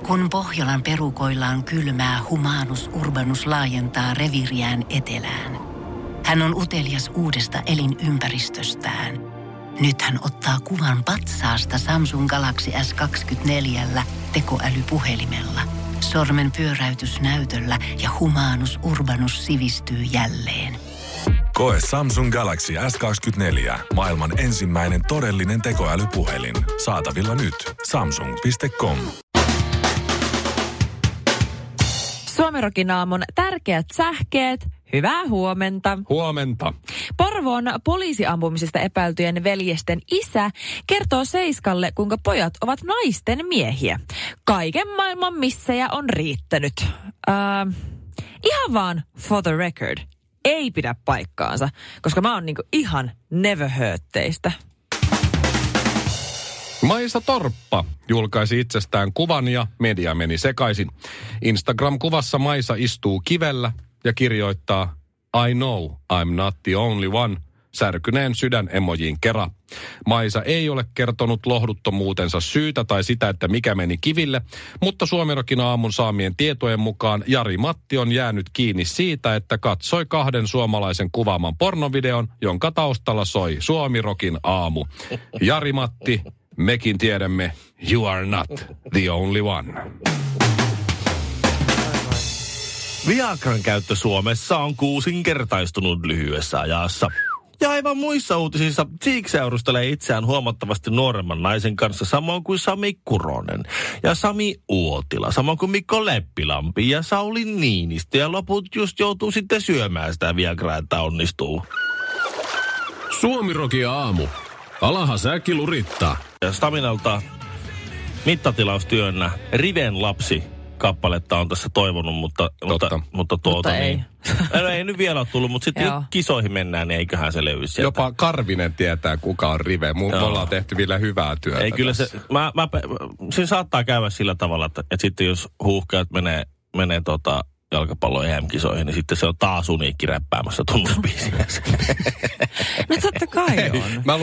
Kun Pohjolan perukoillaan kylmää, Humanus Urbanus laajentaa reviiriään etelään. Hän on utelias uudesta elinympäristöstään. Nyt hän ottaa kuvan patsaasta Samsung Galaxy S24 tekoälypuhelimella. Sormen pyöräytys näytöllä ja Humanus Urbanus sivistyy jälleen. Koe Samsung Galaxy S24. Maailman ensimmäinen todellinen tekoälypuhelin. Saatavilla nyt. Samsung.com. Suomirokin aamun tärkeät sähkeet. Hyvää huomenta. Huomenta. Porvoon poliisiampumisesta epäiltyjen veljesten isä kertoo Seiskalle, kuinka pojat ovat naisten miehiä. Kaiken maailman missejä on riittänyt. Ihan vaan for the record. Ei pidä paikkaansa, koska mä oon niinku ihan never heard teistä. Maisa Torppa julkaisi itsestään kuvan ja media meni sekaisin. Instagram-kuvassa Maisa istuu kivellä ja kirjoittaa I know I'm not the only one särkyneen sydän-emojiin kera. Maisa ei ole kertonut lohduttomuutensa syytä tai sitä, että mikä meni kiville, mutta Suomirokin aamun saamien tietojen mukaan Jari Matti on jäänyt kiinni siitä, että katsoi 2 suomalaisen kuvaaman pornovideon, jonka taustalla soi Suomirokin aamu. Jari Matti, mekin tiedämme, you are not the only one. Viagran käyttö Suomessa on 6-kertaistunut lyhyessä ajassa. Ja aivan muissa uutisissa Cheek seurustelee itseään huomattavasti nuoremman naisen kanssa, samoin kuin Sami Kuronen ja Sami Uotila, samoin kuin Mikko Leppilampi ja Sauli Niinistö. Ja loput just joutuu sitten syömään sitä Viagraa, että onnistuu. Suomirokin aamu. Alaha säkki lurittaa. Ja Staminalta mittatilaustyönnä Riven lapsi kappaletta on tässä toivonut, mutta ei. Ei nyt vielä ole tullut, mutta sitten kisoihin mennään, niin eiköhän se löydy sieltä. Jopa Karvinen tietää, kuka on Rive. Me ollaan tehty vielä hyvää työtä. Ei kyllä se, siinä saattaa käydä sillä tavalla, että sitten jos huuhkajat menee jalkapallon EM-kisoihin, niin sitten se on taas Uniikki räppäämässä tunnusbiisiä. No totta kai on. Mä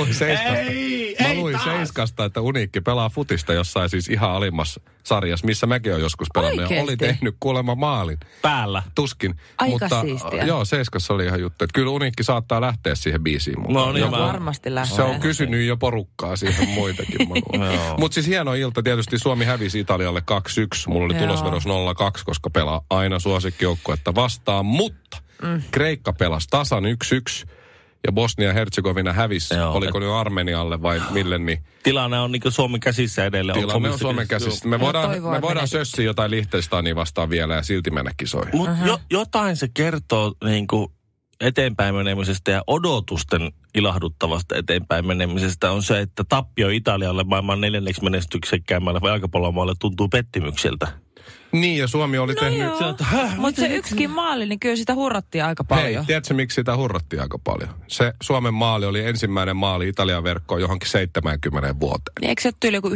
luin Seiskasta, että Uniikki pelaa futista jossain siis ihan alimmassa sarjassa, missä mäkin olen joskus pelannut. Oikeesti? Oli tehnyt kuulemma maalin. Päällä. Tuskin. Aika siistiä. Joo, Seiskassa oli ihan juttu. Että kyllä Uniikki saattaa lähteä siihen biisiin mukaan. No niin, varmasti lähtee. Se on kysynyt jo porukkaa siihen muitakin. Mutta siis hieno ilta. Tietysti Suomi hävisi Italialle 2-1. Mulla oli tulosvedos 0-2, koska pelaa aina suosikkijoukkuetta vastaan. Mutta Kreikka pelasi tasan 1-1. Ja Bosnia-Herzegovina hävisi, oliko nyt Armenialle vai mille, niin... Tilanne on niin kuin Suomen käsissä edelleen. Tilanne on Suomen käsissä. Me voidaan sössiä jotain Liechtensteinia vastaan vielä ja silti mennä kisoihin. Mutta jotain se kertoo niin kuin eteenpäin menemisestä ja odotusten ilahduttavasta eteenpäin menemisestä on se, että tappio Italialle maailman 4. menestyksekkäämmälle jalkapallomaalle tuntuu pettymykseltä. Niin, ja Suomi oli tehnyt... Mutta se yksikin maali, niin kyllä sitä hurrattiin aika paljon. Hei, tiedätkö miksi sitä hurrattiin aika paljon? Se Suomen maali oli ensimmäinen maali Italian verkkoon johonkin 70 vuoteen. Niin eikö se ole tyyli joku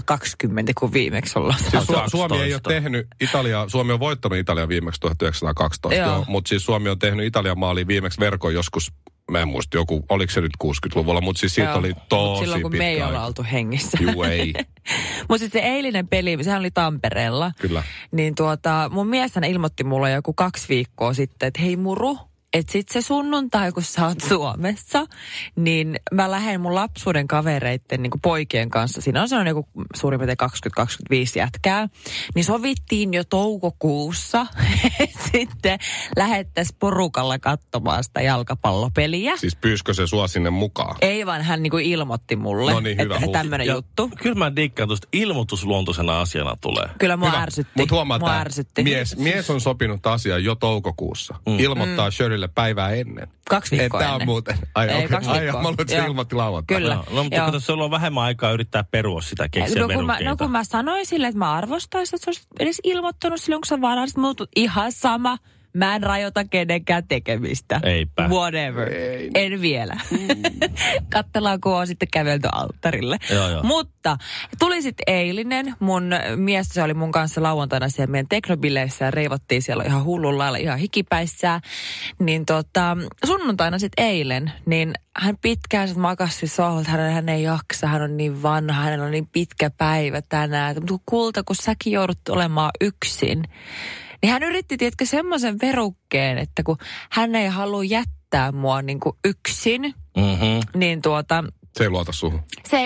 920, kun viimeksi ollaan? Siis Suomi ei ole tehnyt Suomi on voittanut Italian viimeksi 1912, mutta siis Suomi on tehnyt Italian maaliin viimeksi verkon joskus, mä en muista oliko se nyt 60-luvulla, mutta siis siitä oli tosi silloin kun me ei olla oltu hengissä. Juu, ei. Mutta sitten se eilinen peli, sehän oli Tampereella. Kyllä. Niin mun mieshän ilmoitti mulle joku 2 viikkoa sitten, että hei Muru, että sit se sunnuntai, kun sä oot Suomessa, niin mä lähden mun lapsuuden kavereitten niin kuin poikien kanssa. Siinä on sellainen joku suurin piirtein 20-25 jätkää. Niin sovittiin jo toukokuussa, että sitten lähettäisiin porukalla katsomaan sitä jalkapallopeliä. Siis pyyskö se sua sinne mukaan? Ei vaan hän niin kuin ilmoitti mulle, että tämmöinen juttu. Kyllä mä diikkaan tuosta ilmoitusluontoisena asiana tulee. Kyllä mua ärsytti. Mutta huomataan, mies on sopinut asiaa jo toukokuussa. Ilmoittaa Shirleylle päivää ennen. 2 viikkoa ennen. Tämä on muuten. 2 viikkoa. Mä luulen, että se ilmoitti lauantaina. Kyllä. No, mutta kato, sulla on vähemmän aikaa yrittää perua sitä keksiä verukkeita. Kun mä sanoin sille, että mä arvostaisin, että sä olisit edes ilmoittanut silloin, kun sä vaan olisit muutut ihan sama. Mä en rajoita kenenkään tekemistä. Eipä. Whatever. En vielä. Katsellaan, kun on sitten kävelty alttarille. Joo. Mutta tuli sitten eilinen. Mun mies se oli mun kanssa lauantaina siellä meidän teknobileissä ja reivottiin siellä ihan hullun lailla, ihan hikipäissään. Niin sunnuntaina sitten eilen, niin hän pitkään sitten makasi sohvalta, hän ei jaksa, hän on niin vanha, hänellä on niin pitkä päivä tänään. Mutta kulta, kun säkin joudut olemaan yksin. Niin hän yritti, tiedätkö, semmoisen verukkeen, että kun hän ei halua jättää mua niin kuin yksin, niin Se ei luota suhun.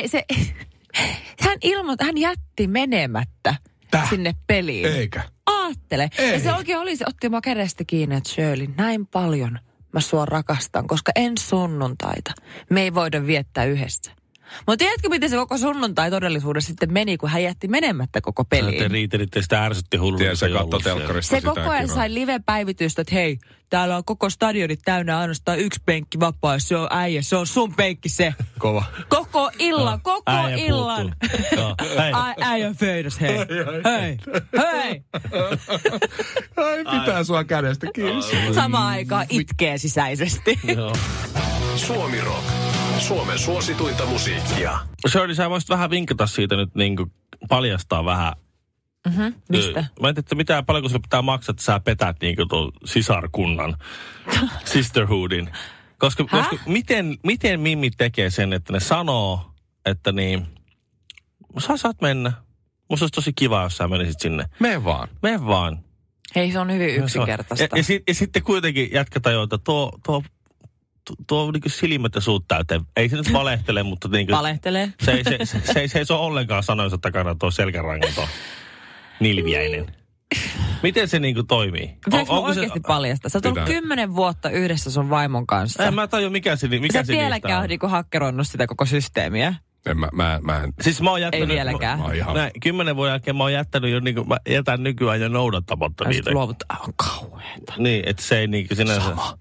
Hän jätti menemättä sinne peliin. Eikä. Aattele. Ei. Ja se oikein oli, se otti mua kädestä kiinni, että Shirley, näin paljon mä sua rakastan, koska en sunnuntaita. Me ei voida viettää yhdessä. Mutta tiedätkö, miten se koko sunnuntai todellisuudessa sitten meni, kun hän jätti menemättä koko peliin? Te riitelitte, sitä ärsytti hulluun. Se katsoi telkkarista. Se koko ajan sai live-päivitystä, että hei, täällä on koko stadionit täynnä ainoastaan yksi penkki vapaa, se on äijä, se on sun penkki se. Kova. Koko illan, illan. Äijä föydäs, hei. Hei. Ai, pitää sua kädestä kiinni. Samaan aikaan itkee sisäisesti. Suomi Rock. Suomen suosituinta musiikkia. Shirley, sä voisit vähän vinkata siitä nyt, niin kuin paljastaa vähän. Mistä? Mä en tiedä, paljonko sulle pitää maksaa, että sä petät niin kuin tuon sisarkunnan, sisterhoodin. Koska miten Mimmi tekee sen, että ne sanoo, että niin, sä saat mennä. Musta olisi tosi kiva, jos sä menisit sinne. Mene vaan. Hei, se on hyvin yksinkertaista. Ja sitten kuitenkin jätkä tajuaa, että tuo niin kuin silmät ja suut täyteen. Ei se nyt valehtele, mutta niin kuin, valehtelee. Se ei ole ollenkaan sanoinsa takana tuo selkärangan tuo nilviäinen. Miten se niin kuin toimii? Pitääkö mä oikeasti paljastaa? Sä oot ollut 10 vuotta yhdessä sun vaimon kanssa. En mä tajua, mikä se Sä vieläkään on niinku hakkeroinut sitä koko systeemiä. Mä en. Siis mä oon jättänyt. Ei vieläkään. 10 vuoden jälkeen mä oon jättänyt jo niinku, mä jätän nykyään jo noudattamatta niitä. Ja luovut aivan kauheeta. Niin, että se ei niinku sinänsä. Sama.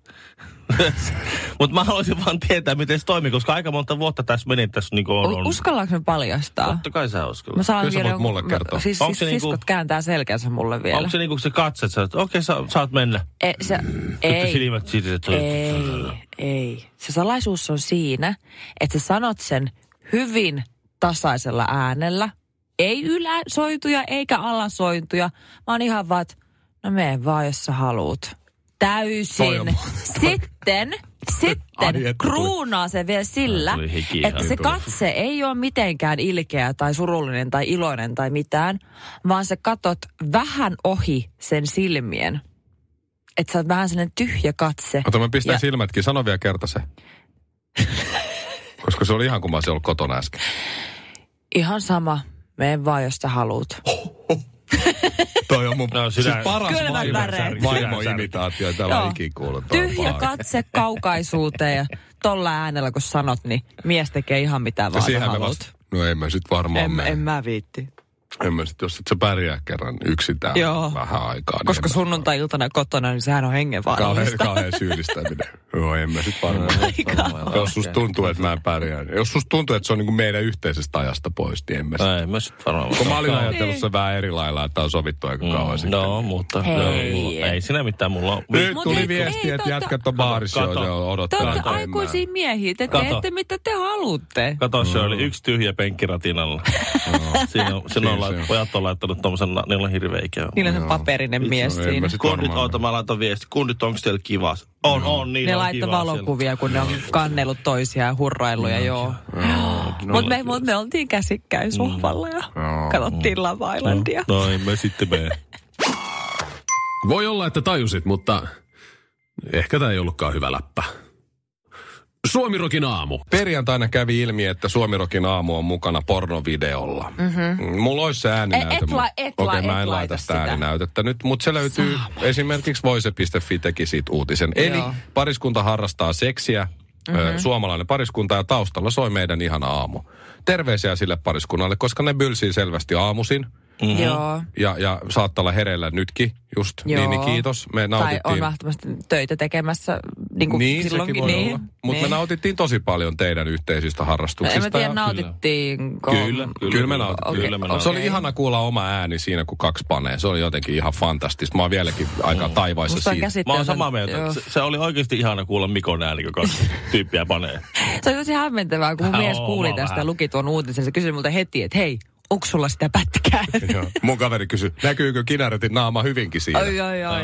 Mutta mä haluaisin vaan tietää, miten se toimii, koska aika monta vuotta tässä meni tässä niinku on. Uskallaanko me paljastaa? Totta kai sä uskallat. Mä saan vielä mulle kertoa. Siis siskot kääntää selkänsä mulle vielä. Onko se niinku se katse, että okei, saat mennä? Ei. Silmät siitä, että ei. Se salaisuus on siinä, että sä sanot sen hyvin tasaisella äänellä. Ei yläsointuja eikä alasointuja, vaan ihan vaan, että no mene vaan, jos sä haluut. Täysin. Sitten kruunaa se vielä sillä, että se katse ei ole mitenkään ilkeä tai surullinen tai iloinen tai mitään, vaan sä katot vähän ohi sen silmien. Että sä oot vähän sellainen tyhjä katse. Ota, mä pistän silmätkin. Sano vielä kerta se. Koska se oli ihan kuin mä olisin ollut kotona äsken. Ihan sama. Mene vaan, jos sä haluut. Toi on mun siis paras vaimo-imitaatio, jota mä ikin kuullut. Tyhjä katse kaukaisuuteen ja tolla äänellä, kun sanot, niin mies tekee ihan mitä vaan haluat. No en mä sit varmaan En mä viitti. En mä sit, jos et sä pärjää kerran yksin täällä vähän aikaa. Koska niin sunnuntai-iltana kotona, niin sehän on hengenvaarallista. Kauhean syyllistäminen. Joo, en mä sit varmaan. Jos susta tuntuu, että mä en pärjää. Jos susta tuntuu, että se on niinku meidän yhteisestä ajasta pois, niin en mä sit. En mä sit varmaan. Kun mä olin ajatellut se vähän eri lailla, että on sovittu aika kauan sitten. No, mutta ei siinä mitään mulla on. Nyt tuli viesti, että jätkät on baarissa jo odottaa. Te olette aikuisia miehiä, te teette mitä te haluatte. Kato, se oli yksi tyhjä penkki ratinalla. Siinä on pojat on laittanut tommosen, niillä on hirveä ikävä. Niillä on se paperinen mies siinä. Kundit, mä laitan viesti. Kundit, onko teillä kiva? On, niin ne on laittoi valokuvia, kun ne on kannellut toisiaan ja hurraillut ja joo. Mutta me oltiin käsikkäin sohvalla ja katsottiin Love Islandia. No ei me sitten mene. Voi olla, että tajusit, mutta ehkä tämä ei ollutkaan hyvä läppä. Suomirokin aamu. Perjantaina kävi ilmi, että Suomirokin aamu on mukana pornovideolla. Mulla olisi se ääninäyte. Okei, mä en laita sitä ääninäytettä nyt, mutta se löytyy esimerkiksi voise.fi teki siitä uutisen. Eli pariskunta harrastaa seksiä, suomalainen pariskunta ja taustalla soi meidän ihana aamu. Terveisiä sille pariskunnalle, koska ne bylsii selvästi aamuisin. Joo. Ja saattaa olla hereillä nytkin just. Joo. Niin kiitos. Me nautittiin. Tai on välttämättä töitä tekemässä niin kuin niin, silloinkin. Sekin voi olla. Mutta me nautittiin tosi paljon teidän yhteisistä harrastuksista. En mä tiedä, nautittiinko. Kyllä me nautittiin. Okay. Se oli ihana kuulla oma ääni siinä, kun 2 panee. Se oli jotenkin ihan fantastista. Mä oon vieläkin aika taivaissa siitä. Mä oon samaa mieltä. Se oli oikeasti ihana kuulla Mikon ääni, kun 2 tyyppiä panee. Se oli tosi hämmentävää, kun mun mies kuuli tästä ja luki tuon uutisen. Se kysyi multa heti, että hei, onko sulla sitä pätkää? Mun kaveri kysyi, näkyykö Kinaretin naama hyvinkin siinä? Ai.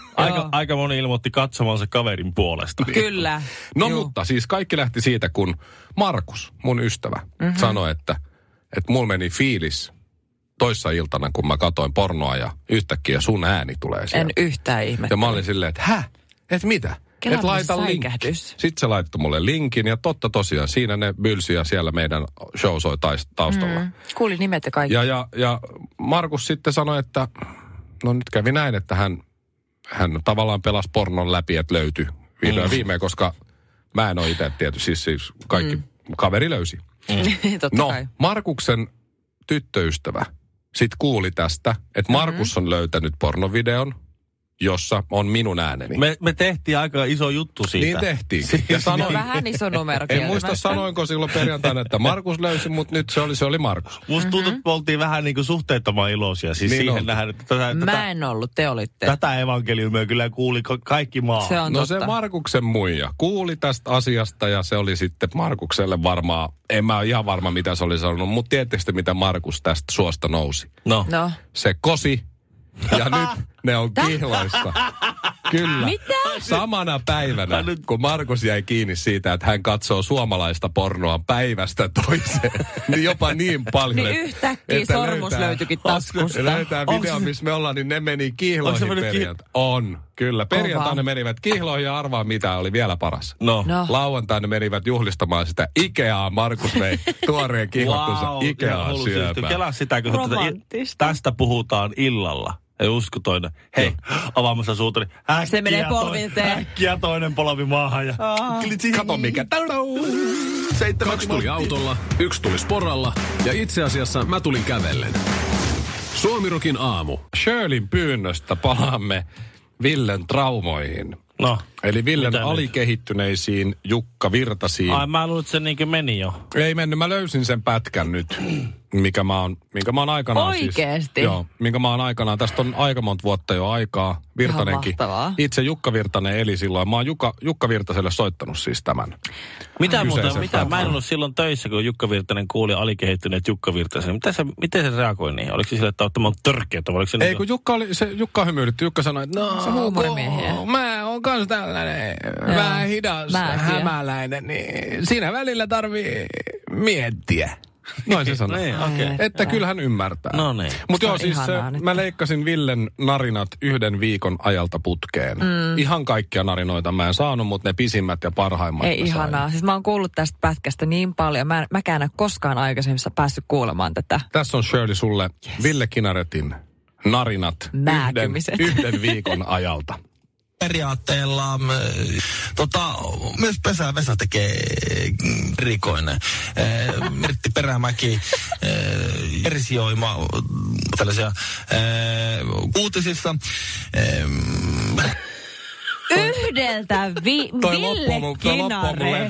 Aika moni ilmoitti katsomansa kaverin puolesta. Kyllä. No mutta siis kaikki lähti siitä, kun Markus, mun ystävä, sanoi, että mulla meni fiilis toissa iltana, kun mä katoin pornoa ja yhtäkkiä sun ääni tulee sieltä. En yhtään ihmettä. Ja mä olin silleen, että että mitä? Että laita link. Sitten se laittoi mulle linkin ja totta tosiaan, siinä ne bylsi ja siellä meidän show soi taustalla. Kuulin nimet ja kaikki. Ja Markus sitten sanoi, että no nyt kävi näin, että hän tavallaan pelasi pornon läpi, että löytyi vihdoin viimein, koska mä en ole itse tietysti, siis kaikki kaveri löysi. Totta kai. Markuksen tyttöystävä sitten kuuli tästä, että Markus on löytänyt pornovideon, jossa on minun ääneni. Me tehtiin aika iso juttu siitä. Niin tehtiin. Ja sanoin, vähän iso numero. En muista sanoinko silloin perjantaina, että Markus löysi, mutta nyt se oli Markus. Musta tuntuu, että oltiin vähän niin kuin suhteettoman iloisia. Siis niin siihen nähdään, että mä en ollut, te olitte. Tätä evankeliumia kyllä kuuli kaikki maa. Se on totta. Se Markuksen muija kuuli tästä asiasta ja se oli sitten Markukselle varmaan, en mä ole ihan varma mitä se oli sanonut, mutta tietysti mitä Markus tästä suosta nousi. No. Se kosi. Ja nyt ne on kihloissa. Kyllä. Mitä? Samana päivänä, kun Markus jäi kiinni siitä, että hän katsoo suomalaista pornoa päivästä toiseen, niin jopa niin paljon. Niin yhtäkkiä sormus löytyikin taskusta. Löytää video, missä me ollaan, niin ne meni kihloihin perjantaina. On, kyllä. Perjantaina menivät kihloihin ja arvaa mitä oli vielä paras. No. Lauantaina menivät juhlistamaan sitä Ikeaa. Markus vei tuoreen kihlottunsa Ikeaa syömään. Kelaa sitä, kun tästä puhutaan illalla. Ei usko toinen. Hei, avaamassa suutari. Se menee polvilteen. Äkkiä toinen polvi maahan. Ja kato mikä. 2 tuli autolla, 1 tuli sporalla ja itse asiassa mä tulin kävellen. Suomirokin aamu. Shirleyn pyynnöstä palaamme Villen traumoihin. No. Eli Villen alikehittyneisiin Jukka Virtasiin. Ai mä luulen, että se niinkö meni jo. Ei mennyt, mä löysin sen pätkän nyt, minkä mä oon aikanaan oikeesti? Joo, minkä mä oon aikanaan. Tästä on aika monta vuotta jo aikaa. Virtanenkin. Itse Jukka Virtanen eli silloin. Mä oon Jukka Virtaselle soittanut siis tämän. Mitä? Mä en ollut silloin töissä, kun Jukka Virtanen kuuli alikehittyneet Jukka Virtasen. Miten se reagoi niin? Oliko se sille, että tämä on törkeätä? Ei, kun Jukka hymyilytti. Jukka sanoi, että mä oon kans tällainen vähän hidas, hämäläinen, niin siinä välillä tarvii miettiä. Noin se sanoi. Että kyllähän ymmärtää. No niin. Mutta joo, siis mä leikkasin Villen narinat 1 viikon ajalta putkeen. Ihan kaikkia narinoita mä en saanut, mutta ne pisimmät ja parhaimmat ei ihanaa. Sain. Siis mä oon kuullut tästä pätkästä niin paljon. Mäkään en koskaan aikaisemmin päässyt kuulemaan tätä. Tässä on Shirley sulle Ville Kinaretin narinat 1 viikon ajalta. Periaatteella myös Vesa tekee rikoinen. Mirtti Perämäki versioima tällaisia uutisissa. Yhdeltä Ville Kinare.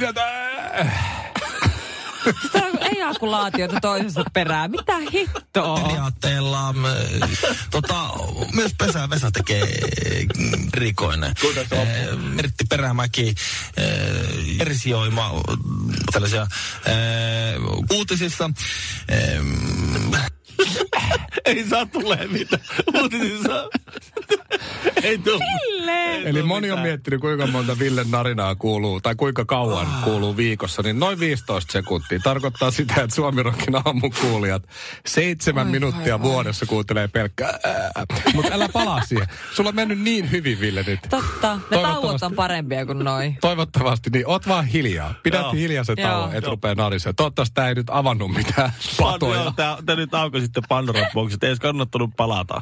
Ejakulaatiota toisessa perään. Mitä hittoa? Periaatteella myös Vesa tekee rikoinen. Mirtti Perämäki versioima tällaisia uutisissa. Ei saa tulee mitään. Uutisissa. Ei tule. Eli moni on miettinyt, kuinka monta Villen narinaa kuuluu, tai kuinka kauan kuuluu viikossa, niin noin 15 sekuntia. Tarkoittaa sitä, että Suomirokin aamukuulijat 7 minuuttia vuodessa kuuntelee pelkkää. Mutta älä palaa siihen. Sulla on mennyt niin hyvin, Ville, nyt. Totta. Ne tauot on parempia kuin noi. Toivottavasti, niin oot vaan hiljaa. Pidät hiljaisen tauon, et rupea narisemaan. Toivottavasti tää ei nyt avannut mitään patoja. Te nyt aukasitte Pandoran-boksit. Ei edes kannattanut palata.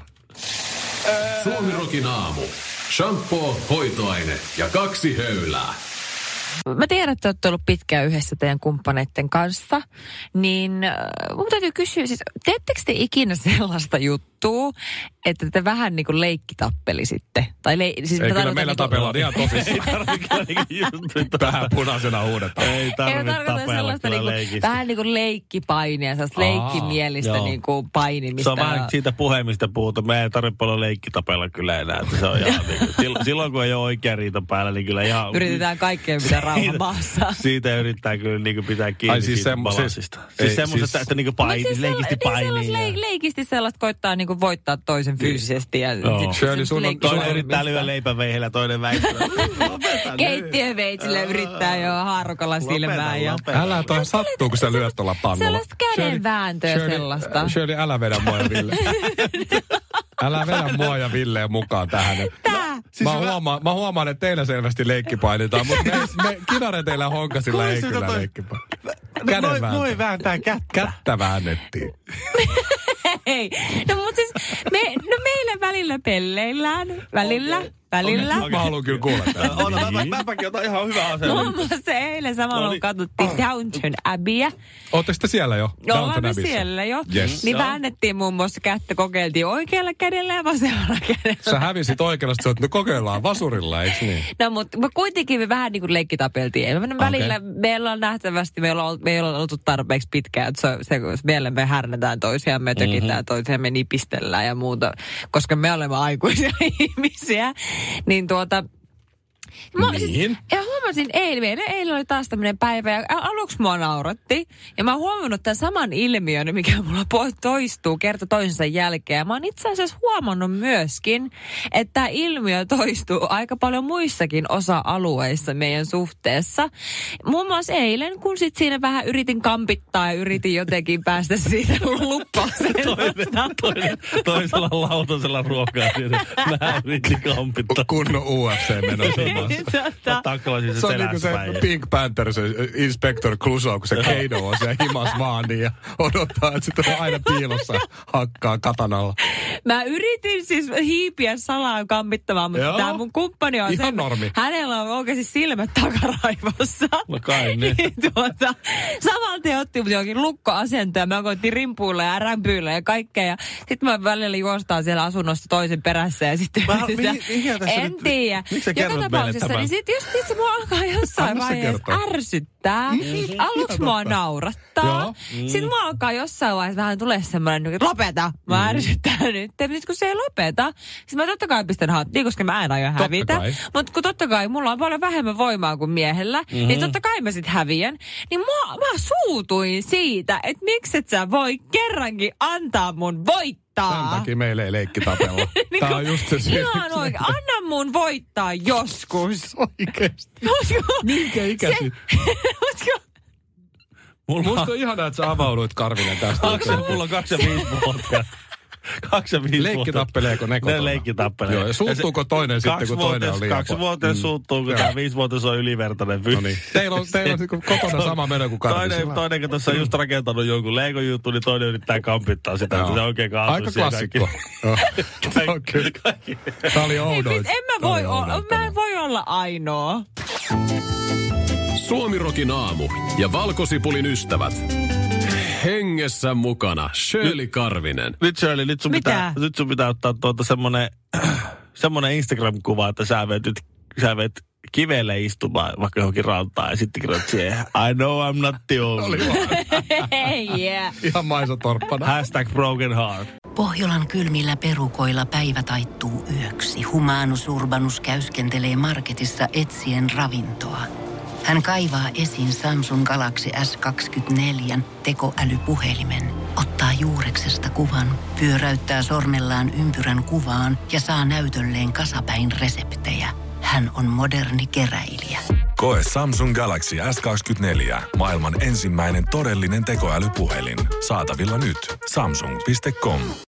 Suomirokin aamu. Shampoo, hoitoaine ja 2 höylää. Mä tiedän, että olette ollut pitkään yhdessä teidän kumppaneiden kanssa, niin mun täytyy kysyä, siis teettekö te ikinä sellaista juttua, että te vähän niin kuin leikkitappelisitte? Tai siis ei, kyllä meillä tapellaan ihan tosissaan. Vähän punaisena huudetaan. Ei tarvitse tapella kyllä leikistä. Vähän niin kuin leikkipainia, sellaista leikkimielistä niin kuin painimista. Se on vähän siitä puhemista puhuta. Me ei tarvitse paljon leikkitapella kyllä enää. Se on ihan niin kuin, silloin kun ei ole oikea riita päällä, niin kyllä ihan... Yritetään kaikkea mitä rauha maassa. Siitä yrittää kyllä niin kuin pitää kiinni siitä balanssista. Siis semmoista, että niin kuin leikisti painii. Leikisti sellaista koittaa niin kuin voittaa toisen fyysisesti. Toinen yrittää lyödä leipäveihellä, toinen väittää. Keittiöveitsillä yrittää jo haarukalla silmään. Älä toi sattuu, kun sä lyöt tuolla pannulla. Sellaista kädenvääntöä sellaista. Shirley, älä vedä mua ja Ville. Älä vedä mua ja Villeen mukaan tähän. Mä huomaan, että teillä selvästi leikkipainitaan, mutta me kinareteillä honkasilla ei kyllä leikkipainita. Kädenvääntö. Voi vääntää kättä. Kättä väännettiin. Hei, no mutta siis meillä välillä pelleillään, välillä. Mä haluan kyllä kuulla tämän. Mäpäkin otan ihan hyvä asia. Muun muassa eilen samalla kun katsottiin Downton Abbeya. Ootteko te siellä jo? Ollaan me siellä jo. Yes. Niin väännettiin muun muassa kättä, kokeiltiin oikealla kädellä ja vasemmalla kädellä. Sä hävisit oikealla, että no kokeillaan vasurilla, eikö niin? No mutta kuitenkin me vähän niin kuin leikkitapeltiin. Välillä meillä on nähtävästi, me ei olla oltu tarpeeksi pitkään, että meillä me härnätään toisiamme, tökitään toisiamme, nipistellään ja muuta, koska me olemme aikuisia ihmisiä. Niin Niin. Ja huomasin eilen oli taas tämmöinen päivä ja aluksi mua nauratti. Ja mä oon huomannut tämän saman ilmiön, mikä mulla toistuu kerta toisensa jälkeen. Ja mä oon itse asiassa huomannut myöskin, että tämä ilmiö toistuu aika paljon muissakin osa-alueissa meidän suhteessa. Muun muassa eilen, kun sit siinä vähän yritin kampittaa ja yritin jotenkin päästä siitä luppaaseen. Toisella lautasella ruokaa. Mä yritin kampittaa. Kunnon UFC-menossa. Taklasin se se on niinku se Pink Panther, se Inspector Clouseau, kun se Kano on siellä himas vaan niin ja odottaa, että sitten on aina piilossa hakkaa katanalla. Mä yritin siis hiipiä salaa kampittamaan, mutta tää mun kumppani on ihan normi. Hänellä on oikeasti silmät takaraivossa. No kai niin. Samalta otti mut johonkin lukkoasentoon ja mä koitin rimpuilla ja rämpyillä ja kaikkea. Ja sit mä välillä juostaan siellä asunnosta toisen perässä ja sitten en tiedä. Miksi sä kerrot meille tämän? Niin sit just itse mua alkaa jossain vaiheessa ärsyttää. Aluksi mua naurattaa. Sitten mua alkaa jossain vaiheessa vähän tulee semmoinen, että lopeta. Mä ärsyttää nyt. Nyt kun se ei lopeta, sitten mä totta kai pistän hattiin, koska mä en aio hävitä. Mutta kun totta kai mulla on paljon vähemmän voimaa kuin miehellä, niin totta kai mä sit häviän. Niin mä suutuin siitä, että mikset sä voi kerrankin antaa mun voittaa. Tämän takia meillä ei leikkitapella. Tää on just se syy. Ihan oikein. Anna mun voittaa joskus. Oikeesti. Minkä ikäisit? Musta on ihanaa, että sä avauduit, Karvinen, tästä. Mulla on 2 ja 5 vuotta. 2 ja 5 vuotta. Leikkitappeleeko ne kotona? Ne leikkitappelee. Joo, ja suuttuuko toinen sitten, kun toinen on liian? 2-vuotias suuttuu, kun tämä 5-vuotias on ylivertainen. No niin. Teillä on kotona sama meno kuin Karvisilla. Toinen, kun tuossa on just rakentanut jonkun Lego-juttu, niin toinen yrittää kampittaa sitä. Se oikein kaasuu. Aika klassikko. Tämä oli oudoin. Mä en voi olla ainoa. Suomirokin aamu ja Valkosipulin ystävät. Hengessä mukana Shirley Karvinen. Nyt Shirley, nyt sun pitää ottaa semmoinen Instagram-kuva, että sä vet kivelle istumaan vaikka johonkin rantaan ja sitten kirjoit siihen, I know I'm not the only one. Yeah. Ihan Maisa Torppana. #broken heart. Pohjolan kylmillä perukoilla päivä taittuu yöksi. Humanus Urbanus käyskentelee marketissa etsien ravintoa. Hän kaivaa esiin Samsung Galaxy S24 tekoälypuhelimen, ottaa juureksesta kuvan, pyöräyttää sormellaan ympyrän kuvaan ja saa näytölleen kasapäin reseptejä. Hän on moderni keräilijä. Koe Samsung Galaxy S24. Maailman ensimmäinen todellinen tekoälypuhelin. Saatavilla nyt. Samsung.com.